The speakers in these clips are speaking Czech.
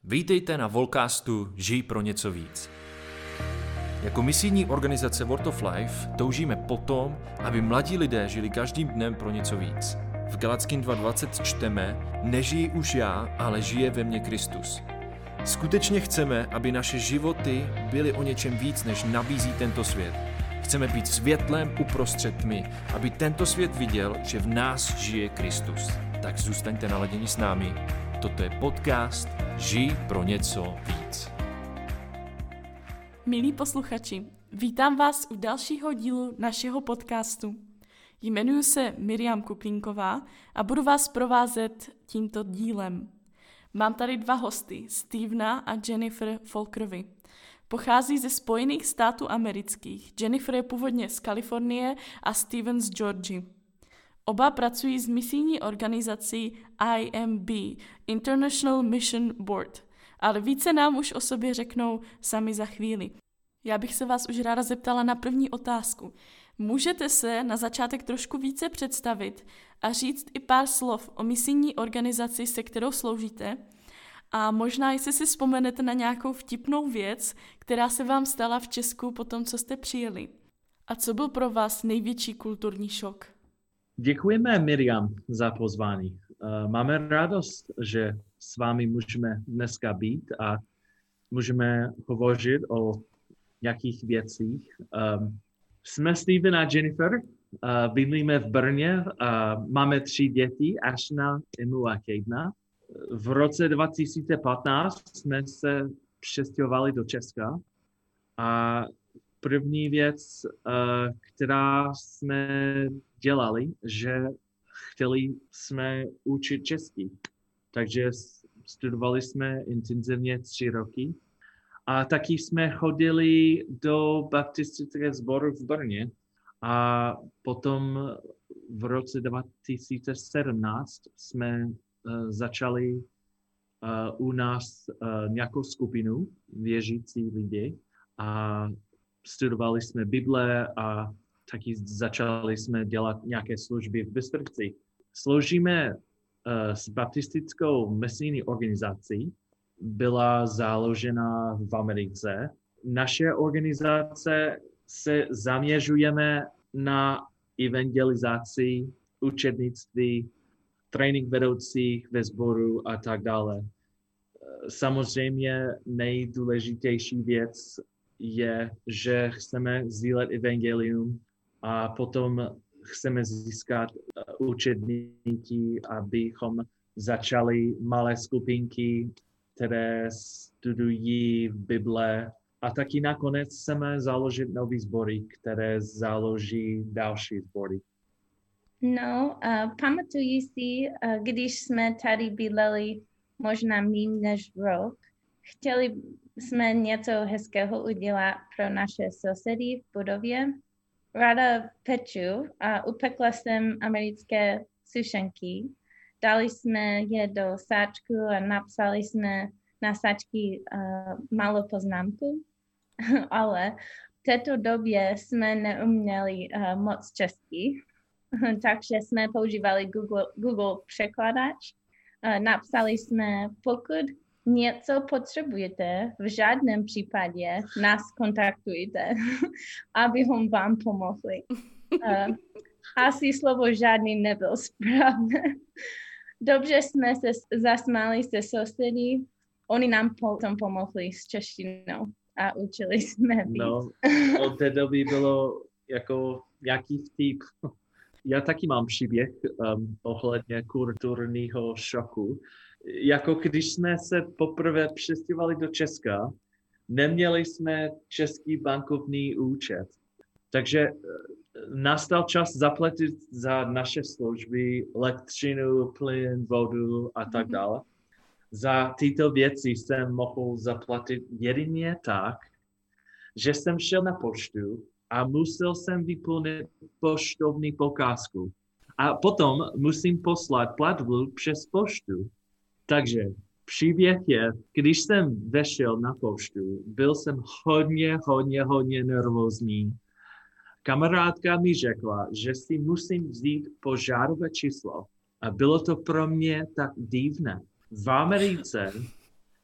Vítejte na Volcastu Žij pro něco víc. Jako misijní organizace Word of Life toužíme potom, aby mladí lidé žili každým dnem pro něco víc. V Galackým 2.20 čteme: Nežiji už já, ale žije ve mně Kristus. Skutečně chceme, aby naše životy byly o něčem víc, než nabízí tento svět. Chceme být světlem uprostřed tmy, aby tento svět viděl, že v nás žije Kristus. Tak zůstaňte naladěni s námi. Toto je podcast Žij pro něco víc. Milí posluchači, vítám vás u dalšího dílu našeho podcastu. Jmenuji se Miriam Kuklínková a budu vás provázet tímto dílem. Mám tady dva hosty, Stevena a Jennifer Folkerovi. Pochází ze Spojených států amerických. Jennifer je původně z Kalifornie a Steven z Georgie. Oba pracují s misijní organizací IMB, International Mission Board, ale více nám už o sobě řeknou sami za chvíli. Já bych se vás už ráda zeptala na první otázku. Můžete se na začátek trošku více představit a říct i pár slov o misijní organizaci, se kterou sloužíte? A možná, jestli si vzpomenete na nějakou vtipnou věc, která se vám stala v Česku po tom, co jste přijeli. A co byl pro vás největší kulturní šok? Děkujeme, Miriam, za pozvání. Máme radost, že s vámi můžeme dneska být a můžeme hovořit o nějakých věcích. Jsme Steven a Jennifer, bydlíme v Brně, máme 3 děti, Ashna, Emu a Kejna. V roce 2015 jsme se přestěhovali do Česka a první věc, která jsme dělali, že chtěli jsme učit česky. Takže studovali jsme intenzivně 3 roky a taky jsme chodili do baptistického sboru v Brně a potom v roce 2017 jsme začali u nás nějakou skupinu věřící lidi a studovali jsme Bible a taky začali jsme dělat nějaké služby v Bystrici. Sloužíme s baptistickou misijní organizací, byla založena v Americe. Naše organizace se zaměřujeme na evangelizaci, učednictví, trénink vedoucích ve sboru a tak dále. Samozřejmě nejdůležitější věc je, že chceme sdílet evangelium a potom chceme získat učedníky, abychom začali malé skupinky, které studují v Bible. A taky nakonec chceme založit nový sbory, které založí další sbory. No, pamatuji si, když jsme tady bydleli možná méně než rok, chtěli jsme něco hezkého udělat pro naše sousedy v budově. Ráda peču a upekla jsem americké sušenky. Dali jsme je do sáčku a napsali jsme na sáčky malou poznámku, ale v této době jsme neuměli moc česky, takže jsme používali Google překladač. Napsali jsme, pokud něco potřebujete, v žádném případě nás kontaktujte, abychom vám pomohli. Asi slovo žádný nebyl správné. Dobře jsme se zasmáli se sousedy, oni nám potom pomohli s češtinou a učili jsme víc. No, od té doby bylo jako nějaký vtip. Já taky mám příběh ohledně kulturního šoku. Jako když jsme se poprvé přestěhovali do Česka, neměli jsme český bankovní účet. Takže nastal čas zaplatit za naše služby, elektřinu, plyn, vodu a tak dále. Za tyto věci jsem mohl zaplatit jedině tak, že jsem šel na poštu a musel jsem vyplnit poštovní poukázku. A potom musím poslat platbu přes poštu. Takže příběh je, když jsem vešel na poštu, byl jsem hodně nervózní. Kamarádka mi řekla, že si musím vzít požárové číslo. A bylo to pro mě tak divné. V Americe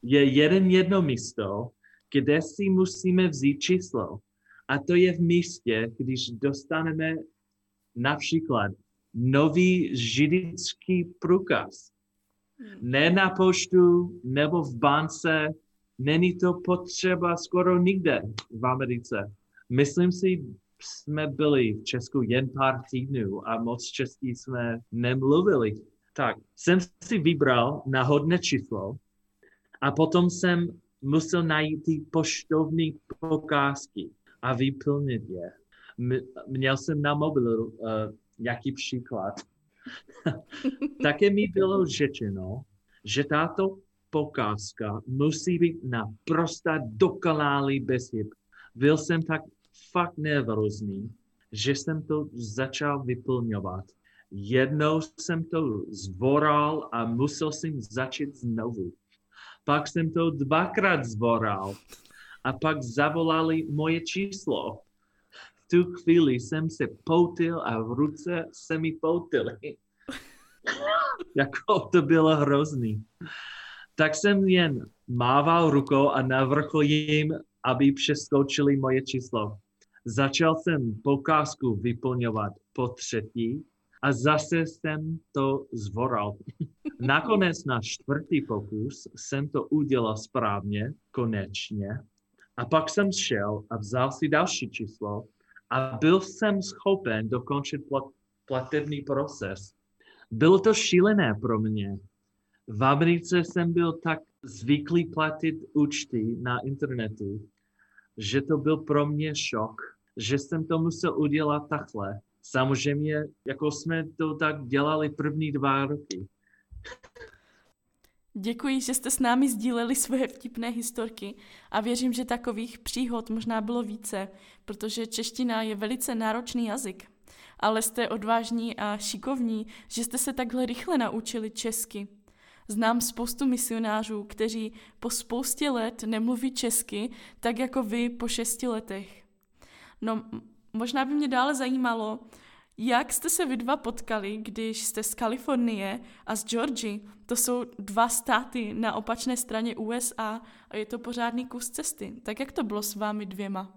je jedno místo, kde si musíme vzít číslo. A to je v místě, když dostaneme například nový řidičský průkaz. Ne na poštu nebo v bance, není to potřeba skoro nikde v Americe. Myslím si, jsme byli v Česku jen pár týdnů a moc česky jsme nemluvili. Tak jsem si vybral náhodné číslo a potom jsem musel najít ty poštovní poukázky a vyplnit je. Měl jsem na mobilu nějaký příklad. Také mi bylo řečeno, že tato poukázka musí být naprosto dokonalý bez chyb. Byl jsem tak fakt nervózní, že jsem to začal vyplňovat. Jednou jsem to zvoral a musel jsem začít znovu. Pak jsem to dvakrát zvoral a pak zavolali moje číslo. V tu chvíli jsem se poutil a v ruce se mi poutily. Jako to bylo hrozný. Tak jsem jen mával rukou a navrhl jim, aby přeskočili moje číslo. Začal jsem poukázku vyplňovat po třetí a zase jsem to zvoral. Nakonec na čtvrtý pokus jsem to udělal správně, konečně. A pak jsem šel a vzal si další číslo a byl jsem schopen dokončit platební proces. Bylo to šílené pro mě. V Americe jsem byl tak zvyklý platit účty na internetu, že to byl pro mě šok, že jsem to musel udělat takhle. Samozřejmě, jako jsme to tak dělali první 2 roky. Děkuji, že jste s námi sdíleli svoje vtipné historky a věřím, že takových příhod možná bylo více, protože čeština je velice náročný jazyk. Ale jste odvážní a šikovní, že jste se takhle rychle naučili česky. Znám spoustu misionářů, kteří po spoustě let nemluví česky, tak jako vy po 6 letech. No, možná by mě dále zajímalo, jak jste se vy dva potkali, když jste z Kalifornie a z Georgie. To jsou 2 státy na opačné straně USA a je to pořádný kus cesty. Tak jak to bylo s vámi 2?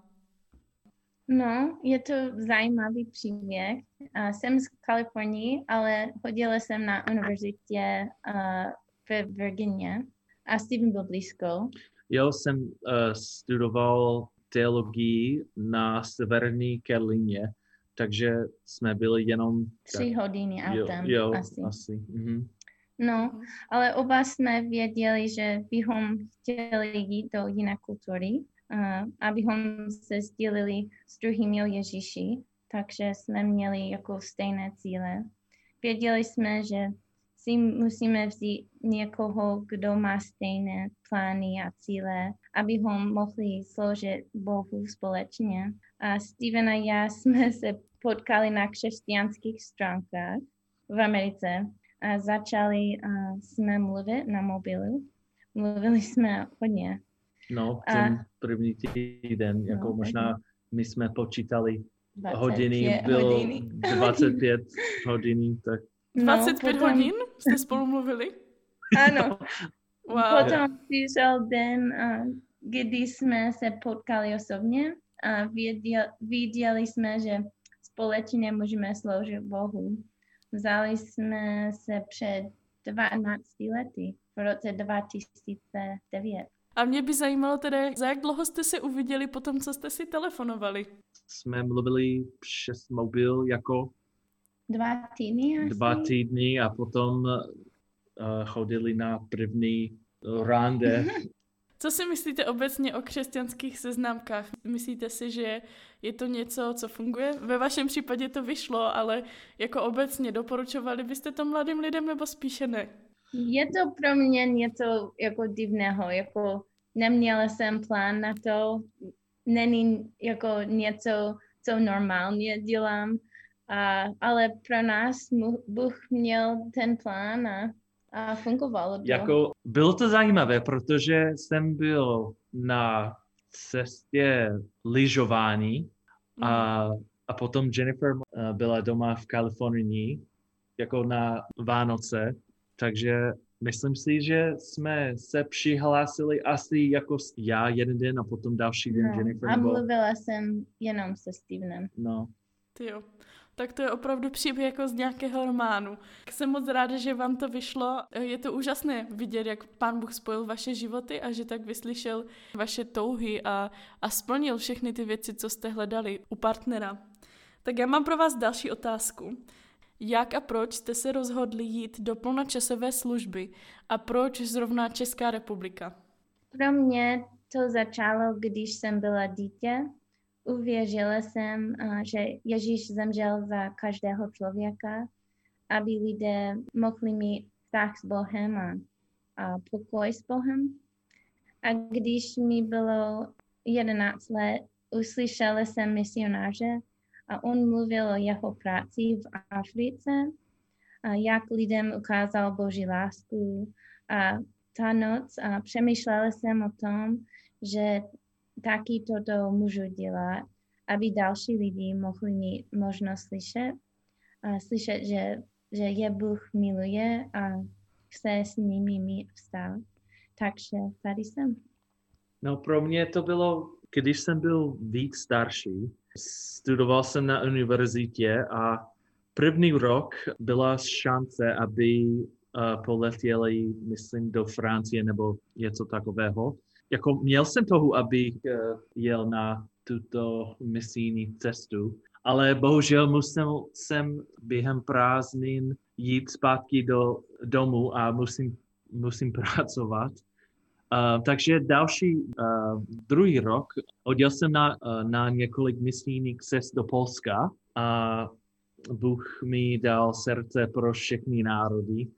No, je to zajímavý příběh. Jsem z Kalifornie, ale chodila jsem na univerzitě ve Virginie a Steven byl blízko. Já jsem studoval teologii na Severní Karolíně, takže jsme byli jenom 3 hodiny autem asi. Mhm. No, ale oba jsme věděli, že bychom chtěli jít do jiné kultury, abychom se sdíleli s druhými o Ježíši, takže jsme měli jako stejné cíle. Věděli jsme, že si musíme vzít někoho, kdo má stejné plány a cíle, abychom mohli sloužit Bohu společně. A Steven a já jsme se potkali na křesťanských stránkách v Americe a začali jsme mluvit na mobilu. Mluvili jsme hodně. No, ten první týden, jako možná my jsme počítali hodiny, bylo 25 hodin, tak... 25 hodin jste spolu mluvili? Ano. Wow. Potom přišel den, kdy jsme se potkali osobně a viděli jsme, že společně můžeme sloužit Bohu. Vzali jsme se před 12 lety, v roce 2009. A mě by zajímalo teda, za jak dlouho jste se uviděli po tom, co jste si telefonovali? Jsme mluvili přes mobil jako 2 týdny asi. 2 týdny a potom chodili na první rande. Co si myslíte obecně o křesťanských seznamkách? Myslíte si, že je to něco, co funguje? Ve vašem případě to vyšlo, ale jako obecně doporučovali byste to mladým lidem nebo spíše ne? Je to pro mě něco jako divného, jako neměla jsem plán na to, není jako něco, co normálně dělám, ale pro nás Bůh měl ten plán a fungovalo to. Jako, bylo to zajímavé, protože jsem byl na cestě lyžování a potom Jennifer byla doma v Kalifornii jako na Vánoce, takže myslím si, že jsme se přihlásili asi jako já jeden den a potom další den Jennifer. A mluvila jsem jenom se Stevenem. No. Tyjo. Tak to je opravdu příběh jako z nějakého románu. Jsem moc ráda, že vám to vyšlo. Je to úžasné vidět, jak Pán Bůh spojil vaše životy a že tak vyslyšel vaše touhy a splnil všechny ty věci, co jste hledali u partnera. Tak já mám pro vás další otázku. Jak a proč jste se rozhodli jít do plnočasové služby a proč zrovna Česká republika? Pro mě to začalo, když jsem byla dítě. Uvěřila jsem, že Ježíš zemřel za každého člověka, aby lidé mohli mít vztah s Bohem a pokoj s Bohem. A když mi bylo 11 let, uslyšela jsem misionáře a on mluvil o jeho práci v Africe, a jak lidem ukázal Boží lásku. A ta noc přemýšlela jsem o tom, že taky toto můžu dělat, aby další lidi mohli mít možnost slyšet, že je Bůh miluje a chce s nimi mít vztah. Takže tady jsem. No pro mě to bylo, když jsem byl víc starší, studoval jsem na univerzitě a první rok byla šance, aby poletěli, myslím, do Francie nebo něco takového. Jako měl jsem toho, abych jel na tuto misijní cestu, ale bohužel musel jsem během prázdnin jít zpátky do domu a musím pracovat. Takže další druhý rok odjel jsem na několik misijních cest do Polska a Bůh mi dal srdce pro všechny národy.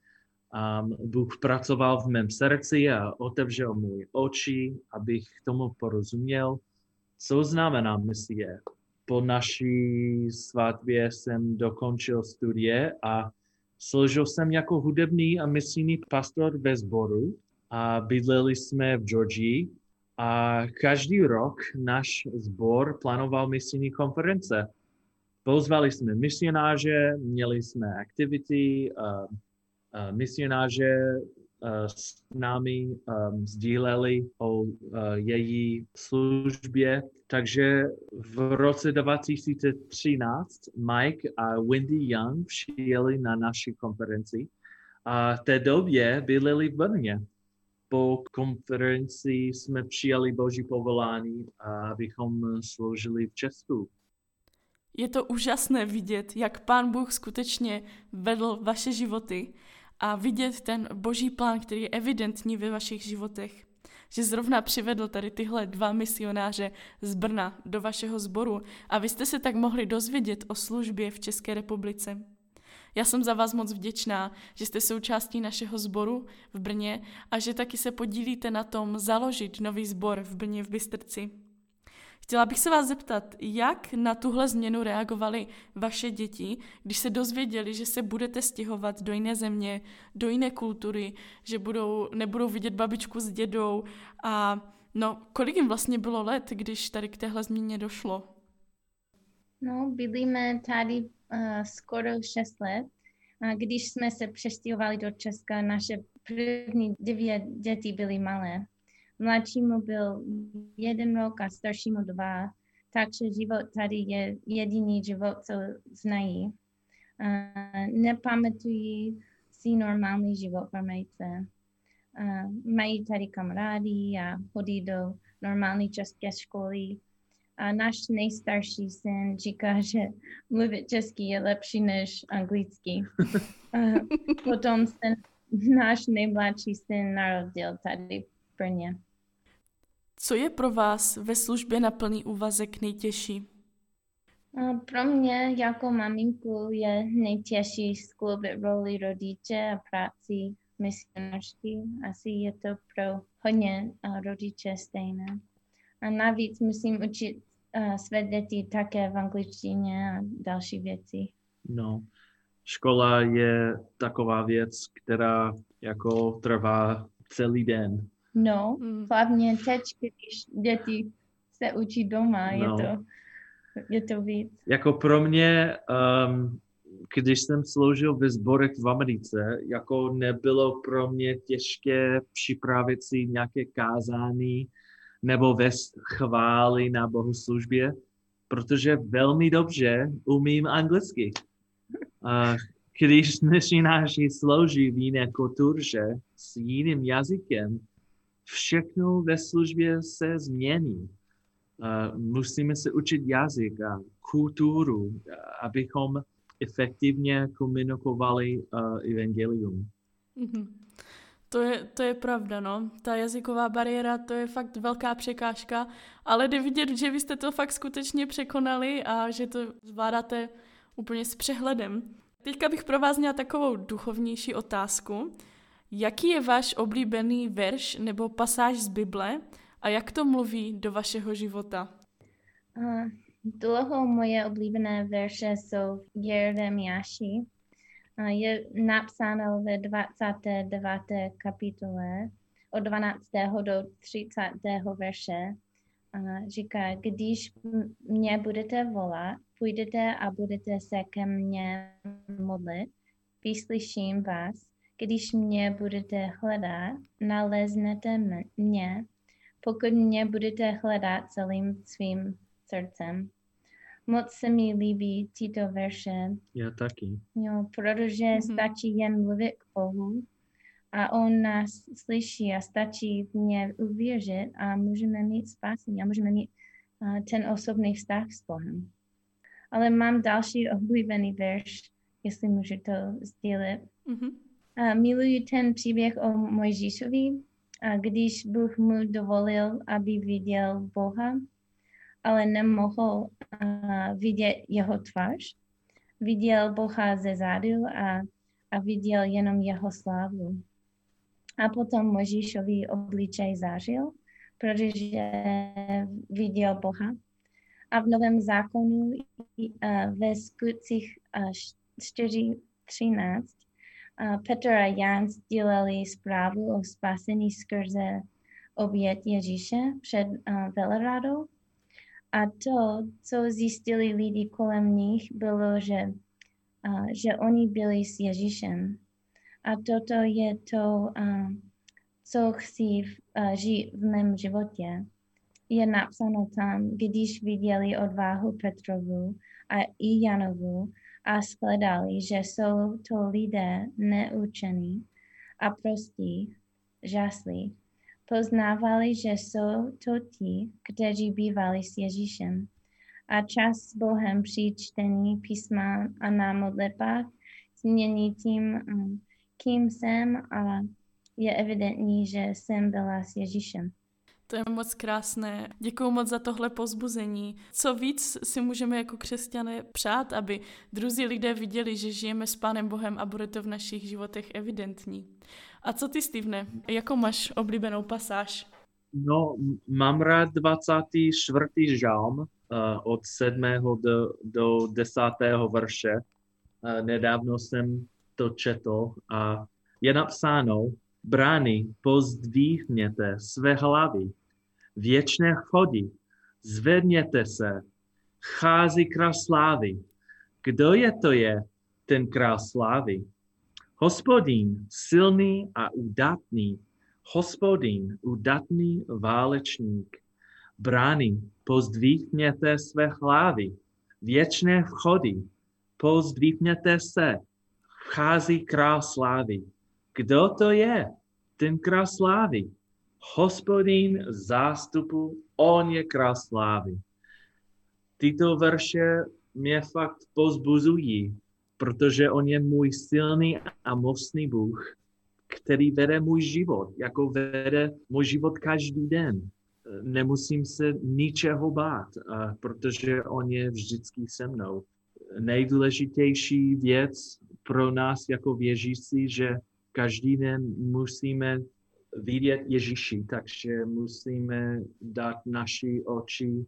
Bůh pracoval v mém srdci a otevřel můj oči, abych tomu porozuměl, co znamená misie. Po naší svatbě jsem dokončil studie a složil jsem jako hudební a misijní pastor ve sboru a bydleli jsme v Georgii a každý rok náš sbor plánoval misijní konference. Pozvali jsme misionáře, měli jsme aktivity, misionáře s námi sdíleli o její službě. Takže v roce 2013 Mike a Wendy Young přijeli na naši konferenci a v té době bydleli v Brně. Po konferenci jsme přijali Boží povolání, abychom sloužili v Česku. Je to úžasné vidět, jak Pán Bůh skutečně vedl vaše životy a vidět ten Boží plán, který je evidentní ve vašich životech. Že zrovna přivedl tady tyhle 2 misionáře z Brna do vašeho sboru a vy jste se tak mohli dozvědět o službě v České republice. Já jsem za vás moc vděčná, že jste součástí našeho sboru v Brně a že taky se podílíte na tom založit nový sbor v Brně v Bystrci. Chtěla bych se vás zeptat, jak na tuhle změnu reagovaly vaše děti, když se dozvěděli, že se budete stěhovat do jiné země, do jiné kultury, že nebudou vidět babičku s dědou a kolik jim vlastně bylo let, když tady k téhle změně došlo? No, bydlíme tady skoro 6 let. A když jsme se přestěhovali do Česka, naše první 9 dětí byly malé. Mladšímu byl 1 rok a staršímu 2, takže život tady je jediný život, co znají. Nepamatují si normální život v Americe. Mají tady kamarády a chodí do normální české školy. A náš nejstarší syn říká, že mluvit česky je lepší než anglicky. Potom se náš nejmladší syn narodil tady v Brně. Co je pro vás ve službě na plný úvazek nejtěžší? Pro mě jako maminku je nejtěžší skloubit roli rodiče a práci misionářky. Asi je to pro hodně rodiče stejné. A navíc musím učit své děti také v angličtině a další věci. No, škola je taková věc, která jako trvá celý den. No, hlavně teď, když děti se učí doma, je to víc. Jako pro mě, když jsem sloužil ve sborech v Americe, jako nebylo pro mě těžké připravit si nějaké kázání nebo vést chvály na bohoslužbě, protože velmi dobře umím anglicky. Když začínáš sloužit v jiné kultuře s jiným jazykem, všechno ve službě se změní. Musíme se učit jazyk a kulturu, abychom efektivně komunikovali evangelium. Mm-hmm. To je pravda, no. Ta jazyková bariéra, to je fakt velká překážka, ale jde vidět, že vy jste to fakt skutečně překonali a že to zvládáte úplně s přehledem. Teďka bych pro vás měla takovou duchovnější otázku. Jaký je váš oblíbený verš nebo pasáž z Bible a jak to mluví do vašeho života? Dlouho moje oblíbené verše jsou v Jeremiáši. Je napsáno ve 29. kapitole od 12. do 30. verše. Říká, když mě budete volat, půjdete a budete se ke mně modlit, vyslyším vás. Když mě budete hledat, naleznete mě, pokud mě budete hledat celým svým srdcem. Moc se mi líbí tyto verše. Já taky. Jo, protože stačí jen mluvit k Bohu a on nás slyší a stačí v ně uvěřit a můžeme mít spásení a můžeme mít ten osobný vztah s Bohem. Ale mám další oblíbený verš, jestli můžu to sdělit. Miluji ten příběh o Mojžíšovi, když Bůh mu dovolil, aby viděl Boha, ale nemohl vidět jeho tvář. Viděl Boha ze zádu a viděl jenom jeho slávu. A potom Mojžíšovi obličej zářil, protože viděl Boha. A v Novém zákonu ve Skutcích 4:13 Petr a Jan sdíleli zprávu o spasení skrze oběť Ježíše před veleradou. A to, co zjistili lidi kolem nich, bylo, že oni byli s Ježíšem. A toto je to, co chci žít v mém životě. Je napsáno tam, když viděli odvahu Petrovu a i Janovu a shledali, že jsou to lidé neučení a prostí, žaslí. Poznávali, že jsou to ti, kteří bývali s Ježíšem. A čas s Bohem při čtení písma a na modlitbách změní tím, kým jsem a je evidentní, že jsem byla s Ježíšem. To je moc krásné. Děkuju moc za tohle povzbuzení. Co víc si můžeme jako křesťané přát, aby druzí lidé viděli, že žijeme s Pánem Bohem a bude to v našich životech evidentní. A co ty, Stevene? Jakou máš oblíbenou pasáž? No, mám rád 24. žalm od 7. do 10. verše. Nedávno jsem to četl a je napsáno: brány, pozdvihněte své hlavy, věčné chody, zvedněte se, vchází král slávy. Kdo je ten král slávy? Hospodin, silný a udatný, Hospodin, udatný válečník. Brány, pozdvihněte své hlavy, věčné vchody, pozdvihněte se, vchází král slávy. Kdo to je? Ten král slávy. Hospodin zástupu, on je král slávy. Tyto verše mě fakt pozbuzují, protože on je můj silný a mocný Bůh, který vede můj život, jako vede můj život každý den. Nemusím se ničeho bát, protože on je vždycky se mnou. Nejdůležitější věc pro nás jako věřící, že každý den musíme vidět Ježíši, takže musíme dát naši oči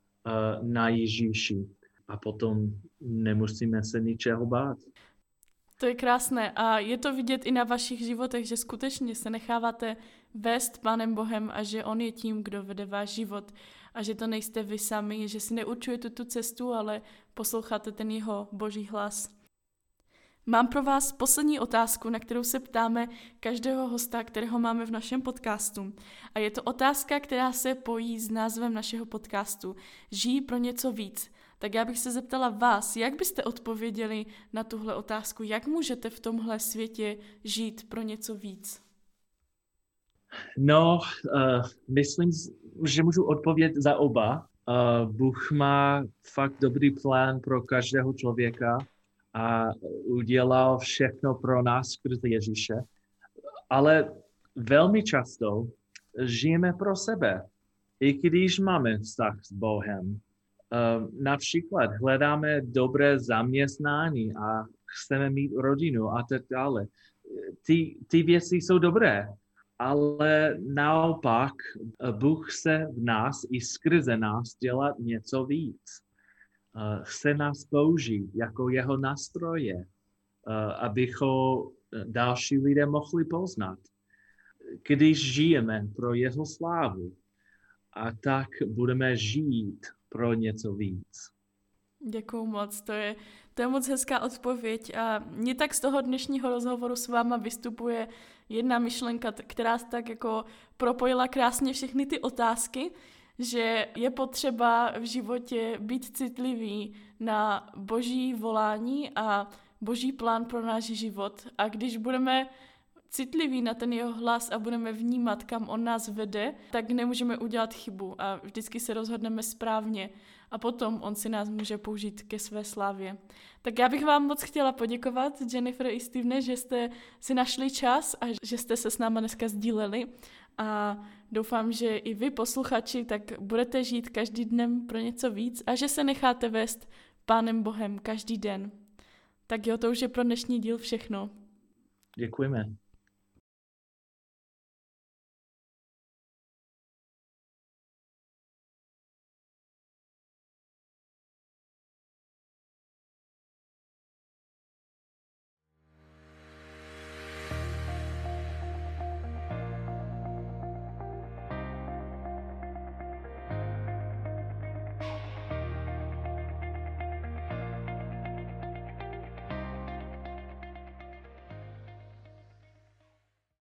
na Ježíši a potom nemusíme se ničeho bát. To je krásné a je to vidět i na vašich životech, že skutečně se necháváte vést Pánem Bohem a že on je tím, kdo vede váš život a že to nejste vy sami, že si neurčujete tu cestu, ale posloucháte ten jeho boží hlas. Mám pro vás poslední otázku, na kterou se ptáme každého hosta, kterého máme v našem podcastu. A je to otázka, která se pojí s názvem našeho podcastu Žij pro něco víc. Tak já bych se zeptala vás, jak byste odpověděli na tuhle otázku? Jak můžete v tomhle světě žít pro něco víc? No, myslím, že můžu odpovědět za oba. Bůh má fakt dobrý plán pro každého člověka a udělal všechno pro nás skrze Ježíše. Ale velmi často žijeme pro sebe, i když máme vztah s Bohem. Například hledáme dobré zaměstnání a chceme mít rodinu a tak dále. Ty věci jsou dobré, ale naopak Bůh se v nás i skrze nás dělat něco víc. Chce nás použít jako jeho nástroje, aby ho další lidé mohli poznat. Když žijeme pro jeho slávu, a tak budeme žít pro něco víc. Děkuju moc, to je moc hezká odpověď a mně tak z toho dnešního rozhovoru s váma vystupuje jedna myšlenka, která tak jako propojila krásně všechny ty otázky, že je potřeba v životě být citlivý na Boží volání a Boží plán pro náš život. A když budeme citliví na ten jeho hlas a budeme vnímat, kam on nás vede, tak nemůžeme udělat chybu a vždycky se rozhodneme správně a potom on si nás může použít ke své slávě. Tak já bych vám moc chtěla poděkovat, Jennifer i Stevene, že jste si našli čas a že jste se s náma dneska sdíleli a doufám, že i vy posluchači tak budete žít každý dnem pro něco víc a že se necháte vést Pánem Bohem každý den. Tak jo, to už je pro dnešní díl všechno. Děkujeme.